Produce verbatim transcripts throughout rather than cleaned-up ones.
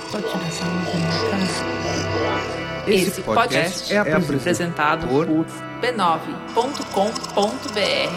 Pode tirar essa luzinha atrás. Esse podcast é apresentado por b nove ponto com ponto b r.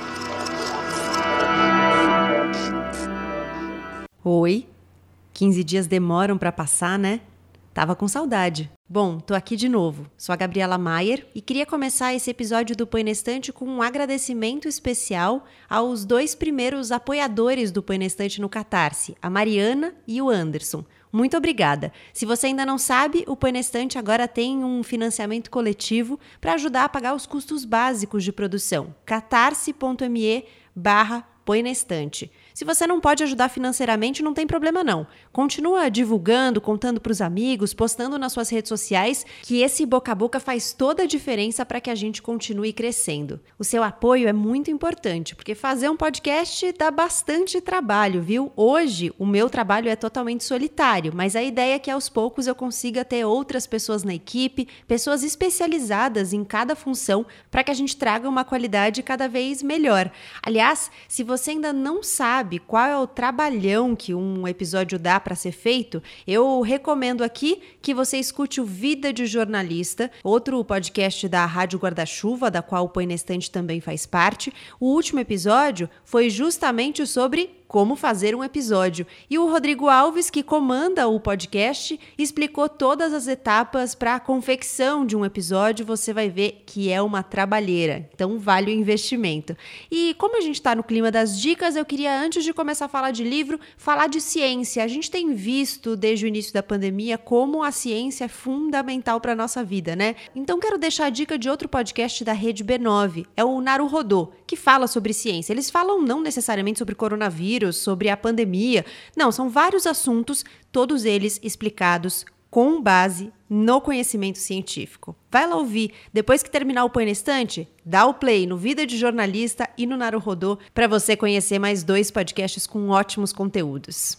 Oi, quinze dias demoram pra passar, né? Tava com saudade. Bom, tô aqui de novo. Sou a Gabriela Maier e queria começar esse episódio do Põe na Estante com um agradecimento especial aos dois primeiros apoiadores do Põe na Estante no Catarse, a Mariana e o Anderson. Muito obrigada. Se você ainda não sabe, o Põe na Estante agora tem um financiamento coletivo para ajudar a pagar os custos básicos de produção. catarse.me barra Põe na Estante. Se você não pode ajudar financeiramente, não tem problema não. Continua divulgando, contando para os amigos, postando nas suas redes sociais, que esse boca a boca faz toda a diferença para que a gente continue crescendo. O seu apoio é muito importante, porque fazer um podcast dá bastante trabalho, viu? Hoje, o meu trabalho é totalmente solitário, mas a ideia é que aos poucos eu consiga ter outras pessoas na equipe, pessoas especializadas em cada função, para que a gente traga uma qualidade cada vez melhor. Aliás, se você ainda não sabe qual é o trabalhão que um episódio dá para ser feito, eu recomendo aqui que você escute o Vida de Jornalista, outro podcast da Rádio Guarda-Chuva, da qual o Põe na Estante também faz parte. O último episódio foi justamente sobre como fazer um episódio. E o Rodrigo Alves, que comanda o podcast, explicou todas as etapas para a confecção de um episódio. Você vai ver que é uma trabalheira, então vale o investimento. E como a gente está no clima das dicas, eu queria, antes de começar a falar de livro, falar de ciência. A gente tem visto, desde o início da pandemia, como a ciência é fundamental para a nossa vida, né? Então quero deixar a dica de outro podcast da Rede B nove, é o Naruhodô, que fala sobre ciência. Eles falam não necessariamente sobre coronavírus, sobre a pandemia. Não, são vários assuntos, todos eles explicados com base no conhecimento científico. Vai lá ouvir. Depois que terminar o Põe na Estante, dá o play no Vida de Jornalista e no Naruhodô para você conhecer mais dois podcasts com ótimos conteúdos.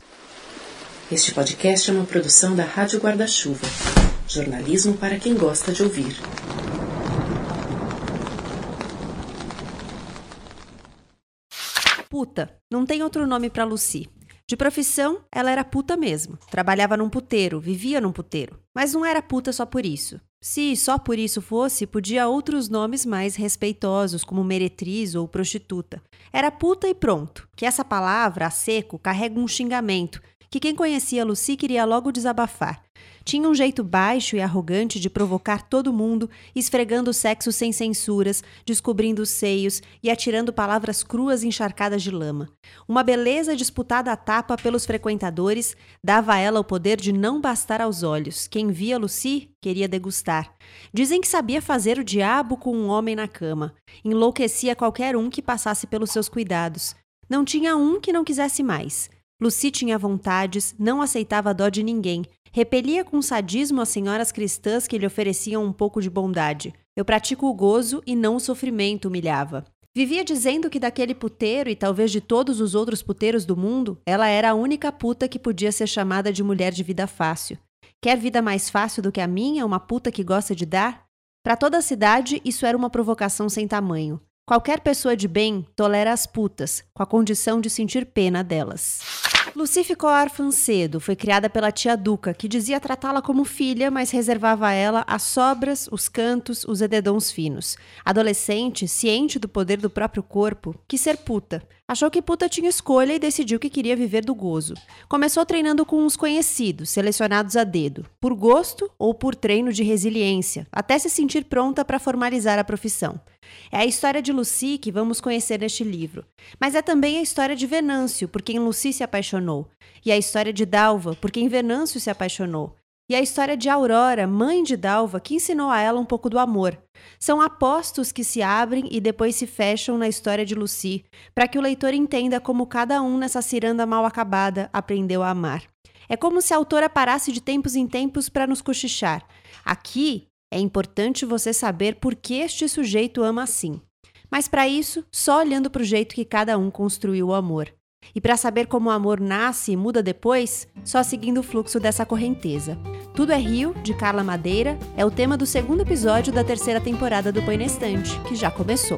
Este podcast é uma produção da Rádio Guarda-Chuva. Jornalismo para quem gosta de ouvir. Puta, não tem outro nome para Lucy. De profissão, ela era puta mesmo. Trabalhava num puteiro, vivia num puteiro. Mas não era puta só por isso. Se só por isso fosse, podia outros nomes mais respeitosos, como meretriz ou prostituta. Era puta e pronto. Que essa palavra, a seco, carrega um xingamento, que quem conhecia Lucy queria logo desabafar. Tinha um jeito baixo e arrogante de provocar todo mundo, esfregando o sexo sem censuras, descobrindo os seios e atirando palavras cruas encharcadas de lama. Uma beleza disputada à tapa pelos frequentadores dava a ela o poder de não bastar aos olhos. Quem via Lucy queria degustar. Dizem que sabia fazer o diabo com um homem na cama. Enlouquecia qualquer um que passasse pelos seus cuidados. Não tinha um que não quisesse mais. Lucy tinha vontades, não aceitava a dó de ninguém, repelia com sadismo as senhoras cristãs que lhe ofereciam um pouco de bondade. Eu pratico o gozo e não o sofrimento, humilhava. Vivia dizendo que daquele puteiro e talvez de todos os outros puteiros do mundo, ela era a única puta que podia ser chamada de mulher de vida fácil. Quer vida mais fácil do que a minha, uma puta que gosta de dar? Para toda a cidade, isso era uma provocação sem tamanho. Qualquer pessoa de bem tolera as putas, com a condição de sentir pena delas. Lucy ficou órfã cedo, foi criada pela tia Duca, que dizia tratá-la como filha, mas reservava a ela as sobras, os cantos, os edredons finos. Adolescente, ciente do poder do próprio corpo, quis ser puta. Achou que puta tinha escolha e decidiu que queria viver do gozo. Começou treinando com uns conhecidos, selecionados a dedo, por gosto ou por treino de resiliência, até se sentir pronta para formalizar a profissão. É a história de Lucy que vamos conhecer neste livro. Mas é também a história de Venâncio, por quem Lucy se apaixonou. E a história de Dalva, por quem Venâncio se apaixonou. E a história de Aurora, mãe de Dalva, que ensinou a ela um pouco do amor. São apostos que se abrem e depois se fecham na história de Lucy, para que o leitor entenda como cada um nessa ciranda mal acabada aprendeu a amar. É como se a autora parasse de tempos em tempos para nos cochichar. Aqui é importante você saber por que este sujeito ama assim. Mas para isso, só olhando para o jeito que cada um construiu o amor. E para saber como o amor nasce e muda depois, só seguindo o fluxo dessa correnteza. Tudo é Rio, de Carla Madeira, é o tema do segundo episódio da terceira temporada do Põe na Estante, que já começou.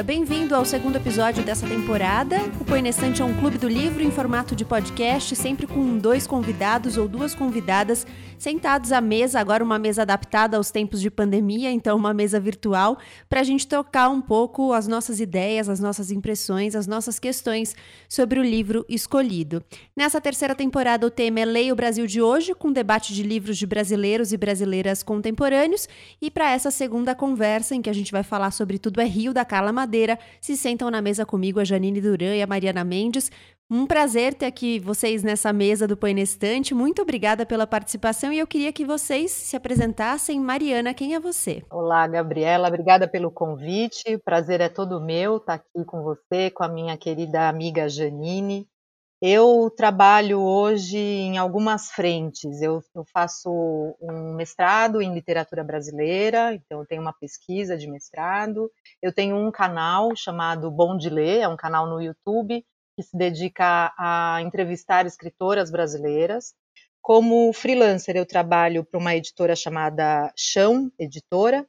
dia! Bem-vindo ao segundo episódio dessa temporada. O Põe na Estante é um clube do livro em formato de podcast, sempre com dois convidados ou duas convidadas sentados à mesa, agora uma mesa adaptada aos tempos de pandemia, então uma mesa virtual, para a gente trocar um pouco as nossas ideias, as nossas impressões, as nossas questões sobre o livro escolhido. Nessa terceira temporada, o tema é Leia o Brasil de Hoje, com debate de livros de brasileiros e brasileiras contemporâneos, e para essa segunda conversa, em que a gente vai falar sobre Tudo é Rio, da Carla Madeira, se sentam na mesa comigo a Janine Duran e a Mariana Mendes. Um prazer ter aqui vocês nessa mesa do Põe na Estante. Muito obrigada pela participação e eu queria que vocês se apresentassem. Mariana, quem é você? Olá, Gabriela. Obrigada pelo convite. O prazer é todo meu estar aqui com você, com a minha querida amiga Janine. Eu trabalho hoje em algumas frentes. Eu, eu faço um mestrado em literatura brasileira, então eu tenho uma pesquisa de mestrado. Eu tenho um canal chamado Bom de Ler, é um canal no YouTube que se dedica a entrevistar escritoras brasileiras. Como freelancer, eu trabalho para uma editora chamada Chão Editora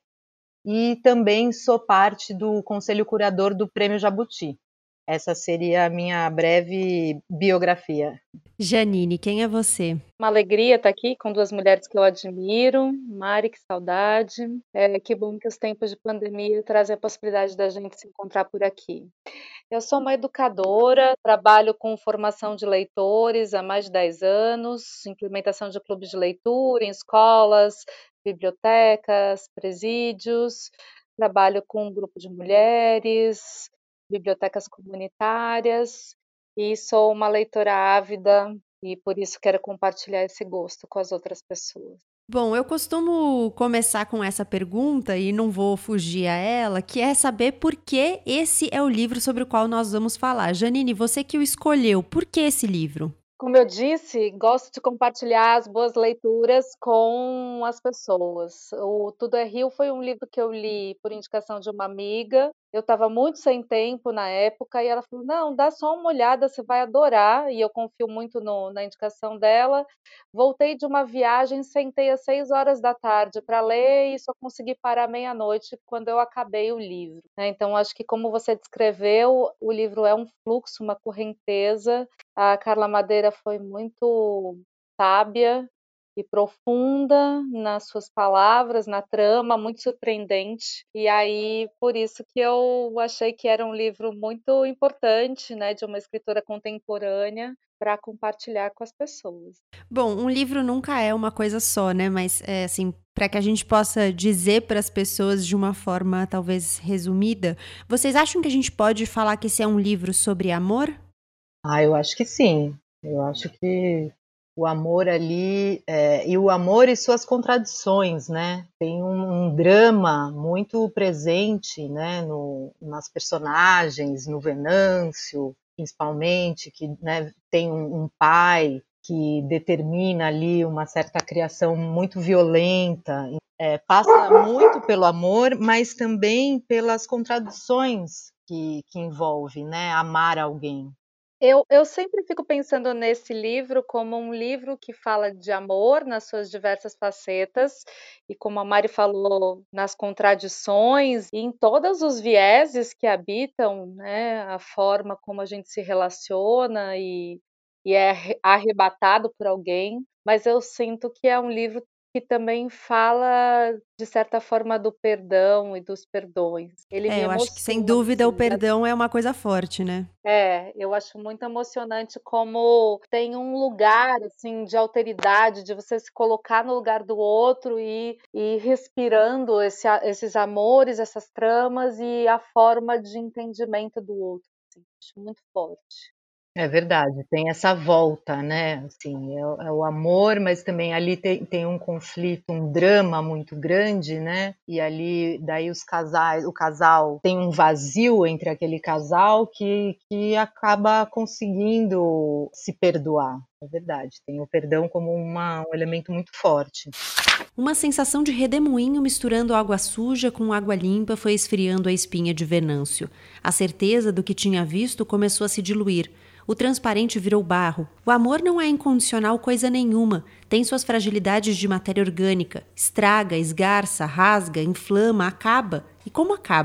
e também sou parte do Conselho Curador do Prêmio Jabuti. Essa seria a minha breve biografia. Janine, quem é você? Uma alegria estar aqui com duas mulheres que eu admiro. Mari, que saudade. É, que bom que os tempos de pandemia trazem a possibilidade da gente se encontrar por aqui. Eu sou uma educadora, trabalho com formação de leitores há mais de dez anos, implementação de clubes de leitura em escolas, bibliotecas, presídios, trabalho com um grupo de mulheres, bibliotecas comunitárias e sou uma leitora ávida e por isso quero compartilhar esse gosto com as outras pessoas. Bom, eu costumo começar com essa pergunta e não vou fugir a ela, que é saber por que esse é o livro sobre o qual nós vamos falar. Janine, você que o escolheu, por que esse livro? Como eu disse, gosto de compartilhar as boas leituras com as pessoas. O Tudo é Rio foi um livro que eu li por indicação de uma amiga. Eu estava muito sem tempo na época e ela falou, não, dá só uma olhada, você vai adorar. E eu confio muito no, na indicação dela. Voltei de uma viagem, sentei às seis horas da tarde para ler e só consegui parar meia-noite quando eu acabei o livro. Então, acho que como você descreveu, o livro é um fluxo, uma correnteza. A Carla Madeira foi muito sábia e profunda nas suas palavras, na trama, muito surpreendente. E aí, por isso que eu achei que era um livro muito importante, né, de uma escritora contemporânea para compartilhar com as pessoas. Bom, um livro nunca é uma coisa só, né? Mas, é, assim, para que a gente possa dizer para as pessoas de uma forma talvez resumida, vocês acham que a gente pode falar que esse é um livro sobre amor? Ah, eu acho que sim. Eu acho que o amor ali, é, e o amor e suas contradições, né? Tem um, um drama muito presente, né, no, nas personagens, no Venâncio, principalmente, que, né, tem um, um pai que determina ali uma certa criação muito violenta. É, passa muito pelo amor, mas também pelas contradições que, que envolve, né, amar alguém. Eu, eu sempre fico pensando nesse livro como um livro que fala de amor nas suas diversas facetas e, como a Mari falou, nas contradições e em todos os vieses que habitam, né, a forma como a gente se relaciona e, e é arrebatado por alguém. Mas eu sinto que é um livro que também fala, de certa forma, do perdão e dos perdões. Ele é, me eu emociona, acho que, sem dúvida, assim, o perdão é uma coisa forte, né? É, eu acho muito emocionante como tem um lugar, assim, de alteridade, de você se colocar no lugar do outro e ir respirando esse, esses amores, essas tramas e a forma de entendimento do outro. Assim, acho muito forte. É verdade, tem essa volta, né? Assim, é, é o amor, mas também ali tem, tem um conflito, um drama muito grande, né? E ali, daí os casais, o casal tem um vazio entre aquele casal que, que acaba conseguindo se perdoar. É verdade, tem o perdão como uma, um elemento muito forte. Uma sensação de redemoinho misturando água suja com água limpa foi esfriando a espinha de Venâncio. A certeza do que tinha visto começou a se diluir. O transparente virou barro. O amor não é incondicional coisa nenhuma. Tem suas fragilidades de matéria orgânica. Estraga, esgarça, rasga, inflama, acaba. E como acaba?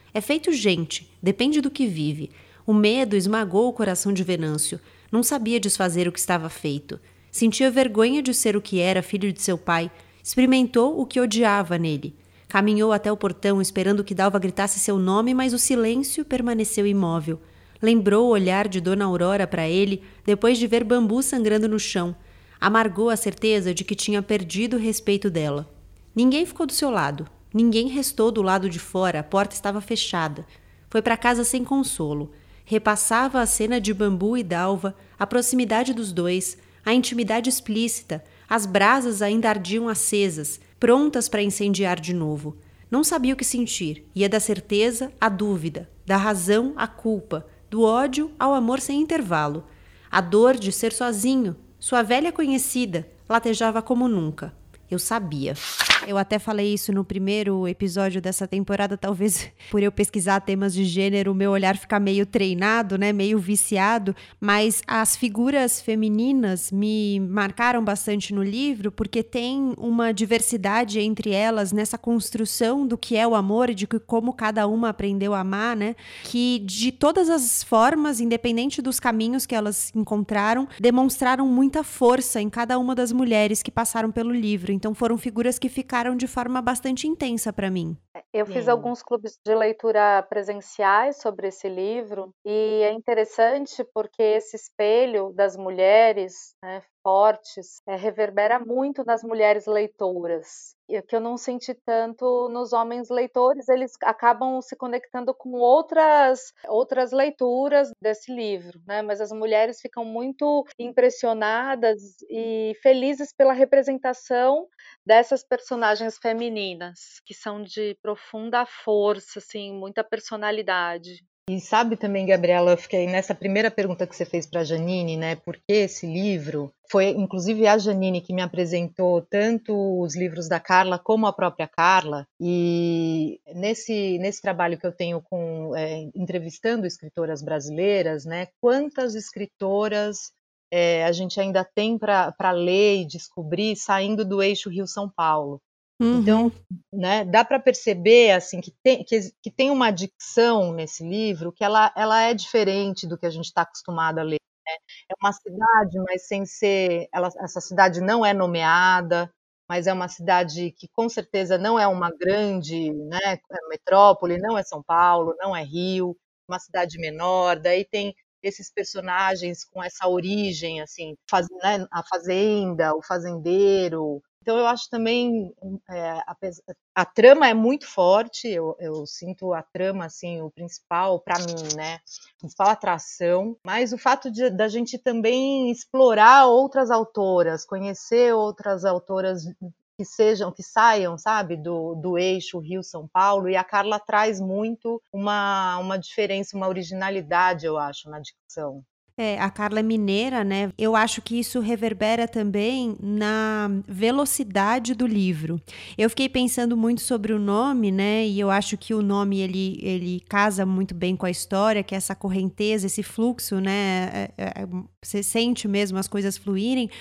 É feito gente, depende do que vive. O medo esmagou o coração de Venâncio. Não sabia desfazer o que estava feito. Sentia vergonha de ser o que era, filho de seu pai. Experimentou o que odiava nele. Caminhou até o portão esperando que Dalva gritasse seu nome, mas o silêncio permaneceu imóvel. Lembrou o olhar de Dona Aurora para ele depois de ver Bambu sangrando no chão. Amargou a certeza de que tinha perdido o respeito dela. Ninguém ficou do seu lado. Ninguém restou do lado de fora, a porta estava fechada. Foi para casa sem consolo. Repassava a cena de Bambu e Dalva, a proximidade dos dois, a intimidade explícita. As brasas ainda ardiam acesas, prontas para incendiar de novo. Não sabia o que sentir. Ia da certeza à dúvida, da razão à culpa, do ódio ao amor sem intervalo. A dor de ser sozinho, sua velha conhecida, latejava como nunca. Eu sabia. Eu até falei isso no primeiro episódio dessa temporada, talvez por eu pesquisar temas de gênero, o meu olhar ficar meio treinado, né, meio viciado, mas as figuras femininas me marcaram bastante no livro, porque tem uma diversidade entre elas nessa construção do que é o amor e de como cada uma aprendeu a amar, né, que de todas as formas, independente dos caminhos que elas encontraram, demonstraram muita força em cada uma das mulheres que passaram pelo livro. Então foram figuras que ficaram de forma bastante intensa para mim. Eu fiz Sim. alguns clubes de leitura presenciais sobre esse livro e é interessante porque esse espelho das mulheres, né, fortes, é, reverbera muito nas mulheres leitoras. E que eu não senti tanto nos homens leitores, eles acabam se conectando com outras, outras leituras desse livro, né? Mas as mulheres ficam muito impressionadas e felizes pela representação dessas personagens femininas, que são de profunda força, assim, muita personalidade. E sabe também, Gabriela, eu fiquei nessa primeira pergunta que você fez para a Janine, né? Por que esse livro? Foi, inclusive, a Janine que me apresentou tanto os livros da Carla como a própria Carla. E nesse, nesse trabalho que eu tenho com é, entrevistando escritoras brasileiras, né? Quantas escritoras é, a gente ainda tem para ler e descobrir saindo do eixo Rio-São Paulo? Uhum. Então, né, dá para perceber assim, que, tem, que, que tem uma dicção nesse livro que ela, ela é diferente do que a gente está acostumado a ler. Né? É uma cidade, mas sem ser... Ela, essa cidade não é nomeada, mas é uma cidade que com certeza não é uma grande, né, metrópole, não é São Paulo, não é Rio, uma cidade menor, daí tem esses personagens com essa origem, assim, faz, né, a fazenda, o fazendeiro. Então eu acho também é, a, a trama é muito forte, eu, eu sinto a trama assim o principal para mim, né, a principal atração, mas o fato de da gente também explorar outras autoras, conhecer outras autoras que sejam, que saiam, sabe, do, do eixo Rio-São Paulo, e a Carla traz muito uma, uma diferença, uma originalidade, eu acho, na dicção. É, a Carla é mineira, né? Eu acho que isso reverbera também na velocidade do livro. Eu fiquei pensando muito sobre o nome, né? E eu acho que o nome, ele, ele casa muito bem com a história, que é essa correnteza, esse fluxo, né? É, é, você sente mesmo as coisas fluírem,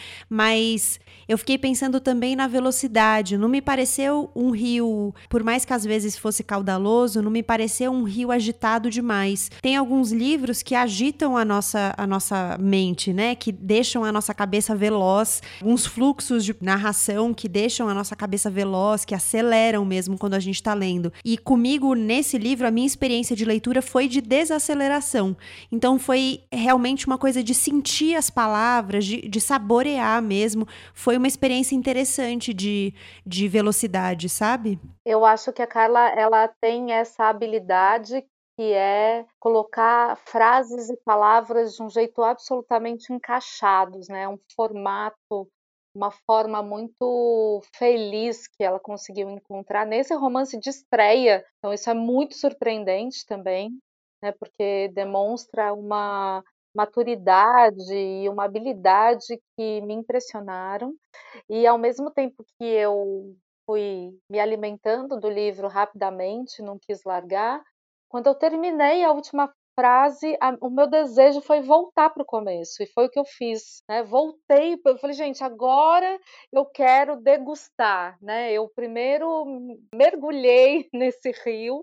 mas eu fiquei pensando também na velocidade. Não me pareceu um rio, por mais que às vezes fosse caudaloso, não me pareceu um rio agitado demais. Tem alguns livros que agitam a nossa... A nossa mente, né, que deixam a nossa cabeça veloz, uns fluxos de narração que deixam a nossa cabeça veloz, que aceleram mesmo quando a gente está lendo. E comigo, nesse livro, a minha experiência de leitura foi de desaceleração. Então foi realmente uma coisa de sentir as palavras, de, de saborear mesmo. Foi uma experiência interessante de, de velocidade, sabe? Eu acho que a Carla, ela tem essa habilidade que é colocar frases e palavras de um jeito absolutamente encaixados, né? Um formato, uma forma muito feliz que ela conseguiu encontrar nesse romance de estreia. Então isso é muito surpreendente também, né? Porque demonstra uma maturidade e uma habilidade que me impressionaram. E ao mesmo tempo que eu fui me alimentando do livro rapidamente, não quis largar, quando eu terminei a última frase, a, o meu desejo foi voltar para o começo, e foi o que eu fiz, né? Voltei, eu falei, gente, agora eu quero degustar, né? Eu primeiro mergulhei nesse rio,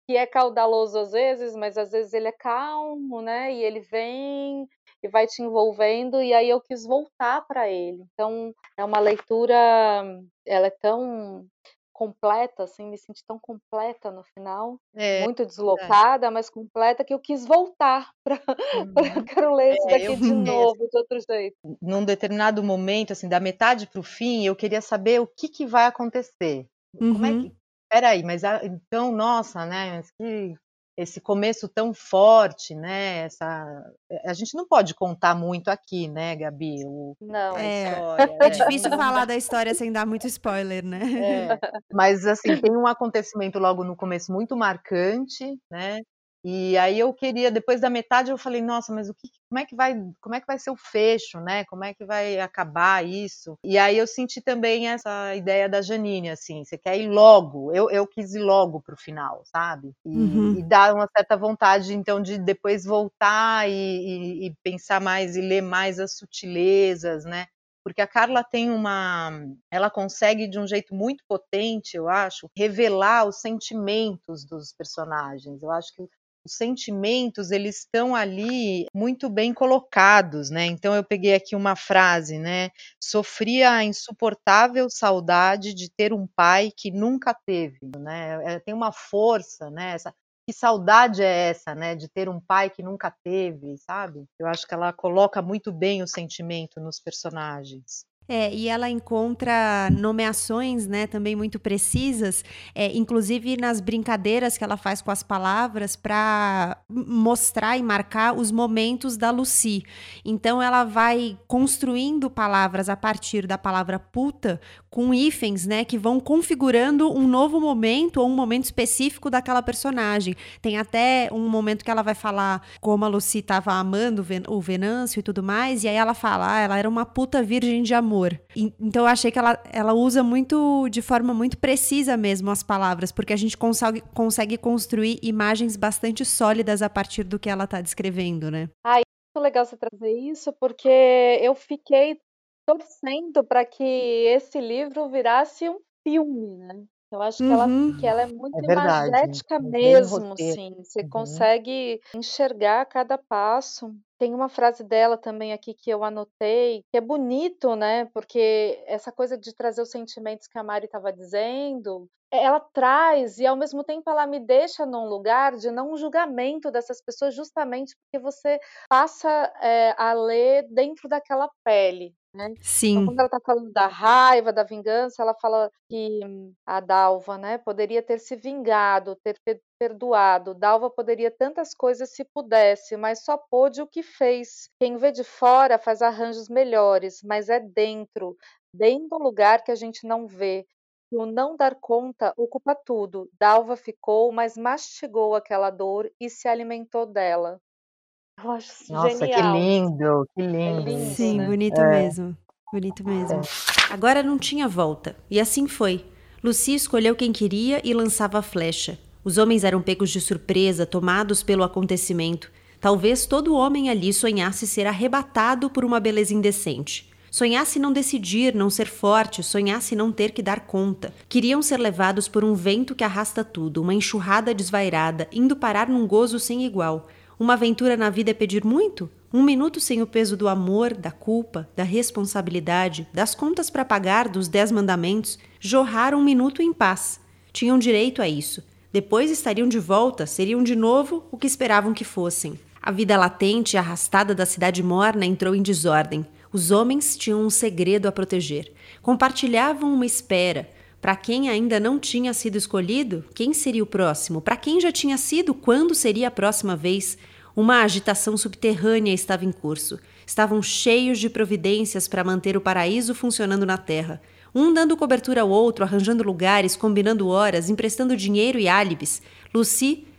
que é caudaloso às vezes, mas às vezes ele é calmo, né? E ele vem e vai te envolvendo, e aí eu quis voltar para ele. Então, é uma leitura, ela é tão completa, assim, me senti tão completa no final, É, muito deslocada, mas completa, que eu quis voltar para uhum. eu quero ler isso É, daqui eu de mesmo. novo, de outro jeito. Num determinado momento, assim, da metade para o fim, eu queria saber o que, que vai acontecer. Como é Uhum. que. Peraí, mas a- então, nossa, né? Mas que esse começo tão forte, né? Essa, a gente não pode contar muito aqui, né, Gabi? O, Não. a É, história. é é. difícil falar da história sem dar muito spoiler, né? É, mas assim, tem um acontecimento logo no começo muito marcante, né? E aí eu queria, depois da metade, eu falei, nossa, mas o que, como é que vai, como é que vai ser o fecho, né? Como é que vai acabar isso? E aí eu senti também essa ideia da Janine, assim, você quer ir logo, eu, eu quis ir logo pro final, sabe? E, Uhum. e dar uma certa vontade, então, de depois voltar e, e, e pensar mais e ler mais as sutilezas, né? Porque a Carla tem uma, ela consegue de um jeito muito potente, eu acho, revelar os sentimentos dos personagens. Eu acho que os sentimentos, eles estão ali muito bem colocados, né? Então eu peguei aqui uma frase, né? Sofria a insuportável saudade de ter um pai que nunca teve, né? Tem uma força, né? Essa, que saudade é essa, né, de ter um pai que nunca teve, sabe? Eu acho que ela coloca muito bem o sentimento nos personagens. É, e ela encontra nomeações, né, também muito precisas, é, inclusive nas brincadeiras que ela faz com as palavras para mostrar e marcar os momentos da Lucy. Então ela vai construindo palavras a partir da palavra puta com hífens, né, que vão configurando um novo momento ou um momento específico daquela personagem. Tem até um momento que ela vai falar como a Lucy estava amando o Venâncio e tudo mais, e aí ela fala, ah, ela era uma puta virgem de amor. Então eu achei que ela, ela usa muito, de forma muito precisa mesmo as palavras, porque a gente consegue, consegue construir imagens bastante sólidas a partir do que ela está descrevendo, né? Ah, é muito legal você trazer isso, porque eu fiquei torcendo para que esse livro virasse um filme, né? Eu acho que ela, Uhum. que ela é muito É verdade, imagética é bem mesmo, roteiro. assim. Você Uhum. consegue enxergar cada passo. Tem uma frase dela também aqui que eu anotei, que é bonito, né? Porque essa coisa de trazer os sentimentos que a Mari estava dizendo, ela traz e ao mesmo tempo ela me deixa num lugar de não julgamento dessas pessoas, justamente porque você passa é, a ler dentro daquela pele. Né? Sim. Então, quando ela está falando da raiva, da vingança, ela fala que a Dalva, né, poderia ter se vingado, ter perdoado. Dalva poderia tantas coisas se pudesse, mas só pôde o que fez. Quem vê de fora faz arranjos melhores, mas é dentro, dentro do lugar que a gente não vê. E o não dar conta ocupa tudo. Dalva ficou, mas mastigou aquela dor e se alimentou dela. Eu acho isso Nossa, genial. que lindo, que lindo. É lindo, isso. Sim, né? bonito É. mesmo. Bonito mesmo. Agora não tinha volta. E assim foi. Lucy escolheu quem queria e lançava a flecha. Os homens eram pegos de surpresa, tomados pelo acontecimento. Talvez todo homem ali sonhasse ser arrebatado por uma beleza indecente. Sonhasse não decidir, não ser forte, sonhasse não ter que dar conta. Queriam ser levados por um vento que arrasta tudo, uma enxurrada desvairada, indo parar num gozo sem igual. Uma aventura na vida é pedir muito? Um minuto sem o peso do amor, da culpa, da responsabilidade, das contas para pagar, dos dez mandamentos, jorrar um minuto em paz. Tinham direito a isso. Depois estariam de volta, seriam de novo o que esperavam que fossem. A vida latente e arrastada da cidade morna entrou em desordem. Os homens tinham um segredo a proteger. Compartilhavam uma espera. Para quem ainda não tinha sido escolhido, quem seria o próximo? Para quem já tinha sido, quando seria a próxima vez? Uma agitação subterrânea estava em curso. Estavam cheios de providências para manter o paraíso funcionando na terra. Um dando cobertura ao outro, arranjando lugares, combinando horas, emprestando dinheiro e álibis. Lucy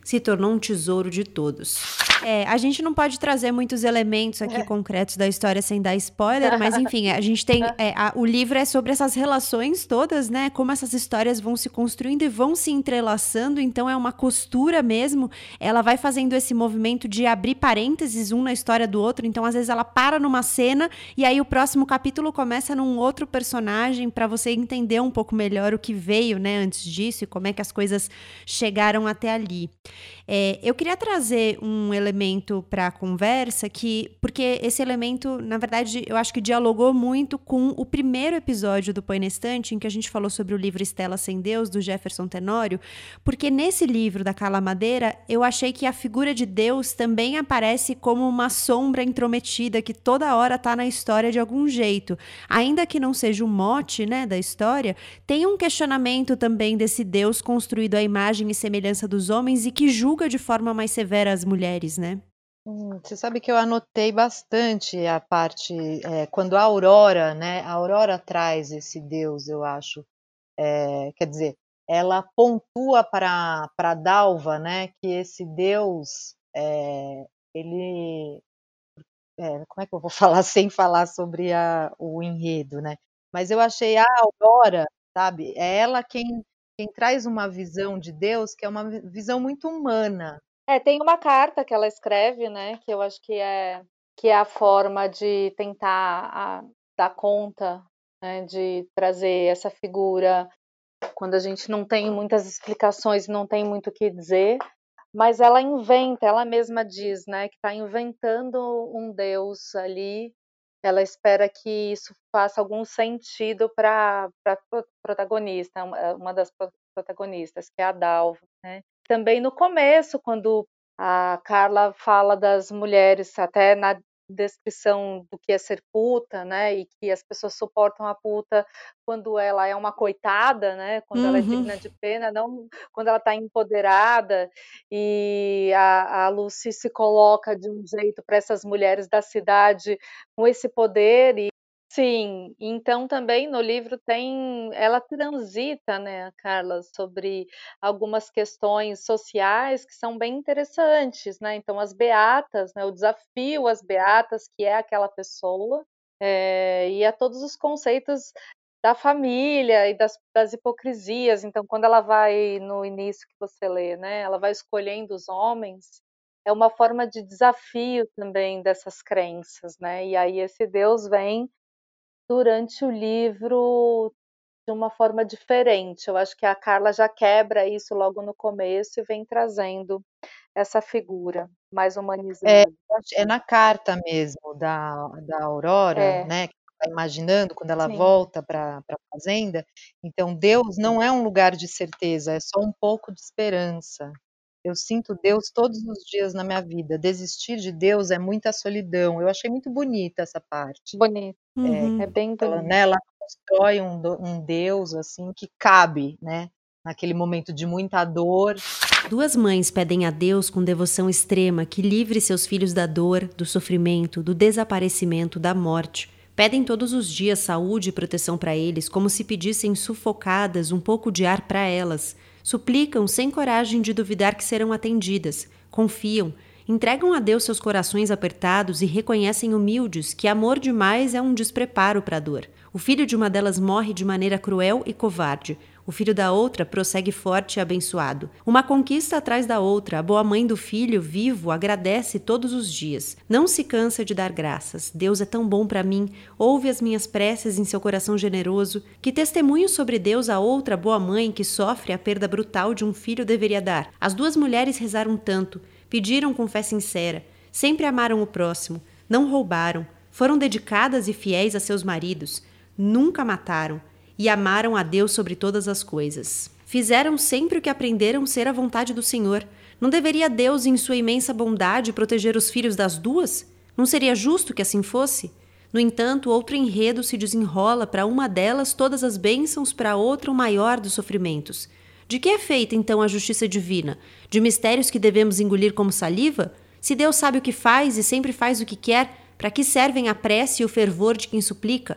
se tornou um tesouro de todos. É, a gente não pode trazer muitos elementos aqui é. concretos da história sem dar spoiler, mas enfim, a gente tem... É, a, o livro é sobre essas relações todas, né? Como essas histórias vão se construindo e vão se entrelaçando, então é uma costura mesmo. Ela vai fazendo esse movimento de abrir parênteses um na história do outro, então às vezes ela para numa cena e aí o próximo capítulo começa num outro personagem para você entender um pouco melhor o que veio, né, antes disso e como é que as coisas chegaram até ali. É, eu queria trazer um elemento para a conversa, que, porque esse elemento, na verdade, eu acho que dialogou muito com o primeiro episódio do Põe na Estante, em que a gente falou sobre o livro Estela Sem Deus, do Jefferson Tenório, porque nesse livro da Carla Madeira, eu achei que a figura de Deus também aparece como uma sombra intrometida que toda hora está na história de algum jeito. Ainda que não seja o mote, né, da história, tem um questionamento também desse Deus construído à imagem e semelhança dos homens e que julga de forma mais severa as mulheres, né? Hum, você sabe que eu anotei bastante a parte, é, quando a Aurora, né? A Aurora traz esse Deus, eu acho. É, quer dizer, ela pontua para para Dalva, né? Que esse Deus, é, ele... É, como é que eu vou falar sem falar sobre a, o enredo, né? Mas eu achei a Aurora, sabe? É ela quem... quem traz uma visão de Deus que é uma visão muito humana. É, tem uma carta que ela escreve, né, que eu acho que é, que é a forma de tentar a, dar conta, né, de trazer essa figura quando a gente não tem muitas explicações, não tem muito o que dizer, mas ela inventa, ela mesma diz, né, que está inventando um Deus ali. Ela espera que isso faça algum sentido para a protagonista, uma das protagonistas, que é a Dalva, né? Também no começo, quando a Carla fala das mulheres, até na descrição do que é ser puta, né? E que as pessoas suportam a puta quando ela é uma coitada, né? Quando uhum. ela é digna de pena, não quando ela está empoderada. E a, a Lucy se coloca de um jeito para essas mulheres da cidade com esse poder. E sim, então também no livro tem, ela transita, né, Carla, sobre algumas questões sociais que são bem interessantes, né? Então as beatas, né, o desafio às beatas, que é aquela pessoa, é, e a todos os conceitos da família e das, das hipocrisias. Então quando ela vai no início que você lê, né, ela vai escolhendo os homens, é uma forma de desafio também dessas crenças, né? E aí esse Deus vem durante o livro de uma forma diferente. Eu acho que a Carla já quebra isso logo no começo e vem trazendo essa figura mais humanizada. É, é na carta mesmo da, da Aurora, é. né? Que está imaginando quando ela Sim. volta para a fazenda. Então, Deus não é um lugar de certeza, é só um pouco de esperança. Eu sinto Deus todos os dias na minha vida. Desistir de Deus é muita solidão. Eu achei muito bonita essa parte. Bonita. Uhum. É, é bem bonita. Ela, né, ela constrói um, um Deus assim que cabe, né? Naquele momento de muita dor. Duas mães pedem a Deus com devoção extrema que livre seus filhos da dor, do sofrimento, do desaparecimento, da morte. Pedem todos os dias saúde e proteção para eles, como se pedissem sufocadas um pouco de ar para elas. Suplicam sem coragem de duvidar que serão atendidas. Confiam, entregam a Deus seus corações apertados e reconhecem humildes que amor demais é um despreparo para a dor. O filho de uma delas morre de maneira cruel e covarde. O filho da outra prossegue forte e abençoado. Uma conquista atrás da outra, a boa mãe do filho, vivo, agradece todos os dias. Não se cansa de dar graças. Deus é tão bom para mim, ouve as minhas preces em seu coração generoso. Que testemunho sobre Deus a outra boa mãe que sofre a perda brutal de um filho deveria dar? As duas mulheres rezaram tanto, pediram com fé sincera, sempre amaram o próximo, não roubaram, foram dedicadas e fiéis a seus maridos, nunca mataram, e amaram a Deus sobre todas as coisas. Fizeram sempre o que aprenderam ser a vontade do Senhor. Não deveria Deus, em sua imensa bondade, proteger os filhos das duas? Não seria justo que assim fosse? No entanto, outro enredo se desenrola para uma delas todas as bênçãos, para outra o maior dos sofrimentos. De que é feita, então, a justiça divina? De mistérios que devemos engolir como saliva? Se Deus sabe o que faz e sempre faz o que quer, para que servem a prece e o fervor de quem suplica?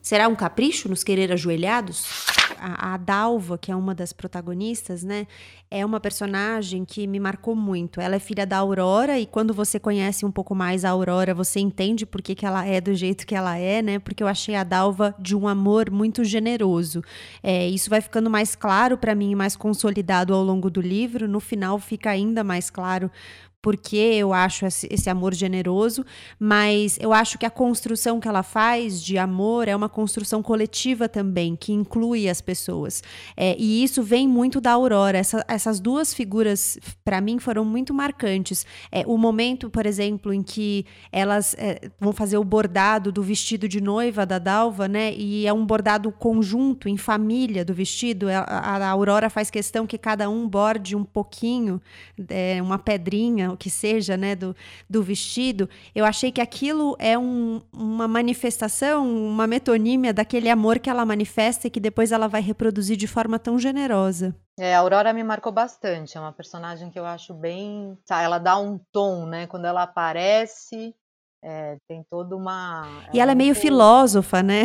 Será um capricho nos querer ajoelhados? A, a Dalva, que é uma das protagonistas, né, é uma personagem que me marcou muito. Ela é filha da Aurora e quando você conhece um pouco mais a Aurora, você entende por que, que ela é do jeito que ela é, né? Porque eu achei a Dalva de um amor muito generoso. É, isso vai ficando mais claro para mim, mais consolidado ao longo do livro. No final fica ainda mais claro porque eu acho esse amor generoso, mas eu acho que a construção que ela faz de amor é uma construção coletiva também, que inclui as pessoas. É, e isso vem muito da Aurora. Essa, essas duas figuras, para mim, foram muito marcantes. É, o momento, por exemplo, em que elas é, vão fazer o bordado do vestido de noiva da Dalva, né? E é um bordado conjunto, em família, do vestido. A, a Aurora faz questão que cada um borde um pouquinho, é, uma pedrinha, o que seja, né, do, do vestido. Eu achei que aquilo é um, uma manifestação, uma metonímia daquele amor que ela manifesta e que depois ela vai reproduzir de forma tão generosa. É, a Aurora me marcou bastante, é uma personagem que eu acho bem... Sabe, ela dá um tom, né, quando ela aparece, é, tem toda uma... E ela é meio filósofa, né?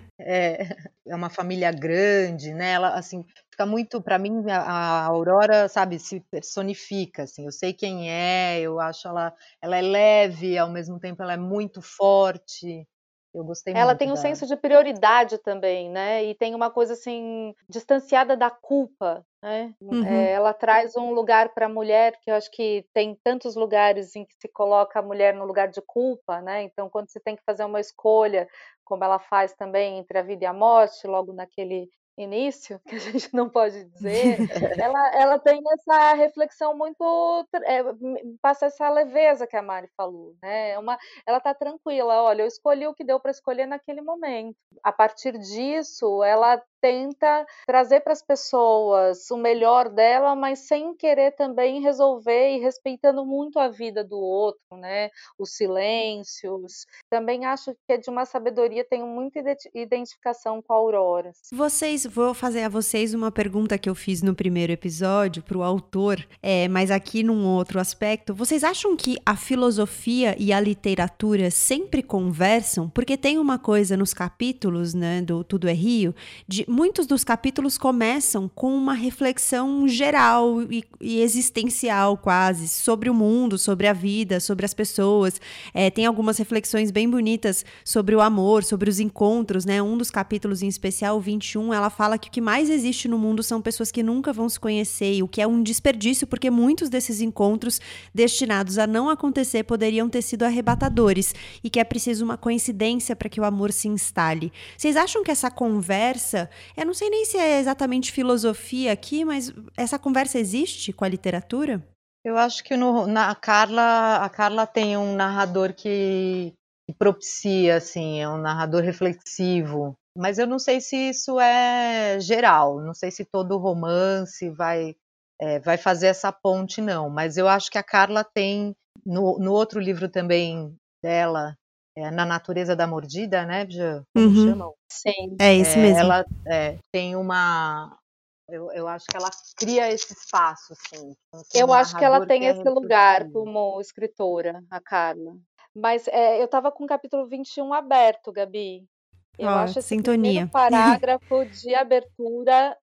É, é uma família grande, né, ela, assim, fica muito, para mim, a, a Aurora, sabe, se personifica, assim, eu sei quem é, eu acho ela, ela é leve, ao mesmo tempo ela é muito forte, eu gostei Ela muito tem um da... senso de prioridade também, né, e tem uma coisa, assim, distanciada da culpa, né, Uhum. é, ela traz um lugar para a mulher, que eu acho que tem tantos lugares em que se coloca a mulher no lugar de culpa, né, então quando você tem que fazer uma escolha, como ela faz também entre a vida e a morte, logo naquele início, que a gente não pode dizer, ela, ela tem essa reflexão muito, é, passa essa leveza que a Mari falou, né, é uma, ela está tranquila, olha, eu escolhi o que deu para escolher naquele momento. A partir disso, ela tenta trazer para as pessoas o melhor dela, mas sem querer também resolver e respeitando muito a vida do outro, né? Os silêncios. Também acho que é de uma sabedoria, tenho muita identificação com a Aurora. Vocês, vou fazer a vocês uma pergunta que eu fiz no primeiro episódio para o autor, é, mas aqui num outro aspecto. Vocês acham que a filosofia e a literatura sempre conversam? Porque tem uma coisa nos capítulos, né, do Tudo é Rio, de muitos dos capítulos começam com uma reflexão geral e, e existencial quase, sobre o mundo, sobre a vida, sobre as pessoas. É, tem algumas reflexões bem bonitas sobre o amor, sobre os encontros, né? Um dos capítulos em especial, o vinte e um, ela fala que o que mais existe no mundo são pessoas que nunca vão se conhecer, e o que é um desperdício, porque muitos desses encontros destinados a não acontecer poderiam ter sido arrebatadores, e que é preciso uma coincidência para que o amor se instale. Vocês acham que essa conversa, eu não sei nem se é exatamente filosofia aqui, mas essa conversa existe com a literatura? Eu acho que no, na, a, Carla, a Carla tem um narrador que, que propicia, assim, é um narrador reflexivo, mas eu não sei se isso é geral, não sei se todo romance vai, é, vai fazer essa ponte, não, mas eu acho que a Carla tem, no, no outro livro também dela, é, Na Natureza da Mordida, né, Já, como Uhum. chamam? Sim. É esse É, mesmo. ela é, tem uma... Eu, eu acho que ela cria esse espaço, assim. Eu um acho que ela narrador tem que é esse lugar reflexivo. como escritora, a Carla. Mas é, eu estava com o capítulo vinte e um aberto, Gabi. Eu Ó, acho esse primeiro sintonia. parágrafo de abertura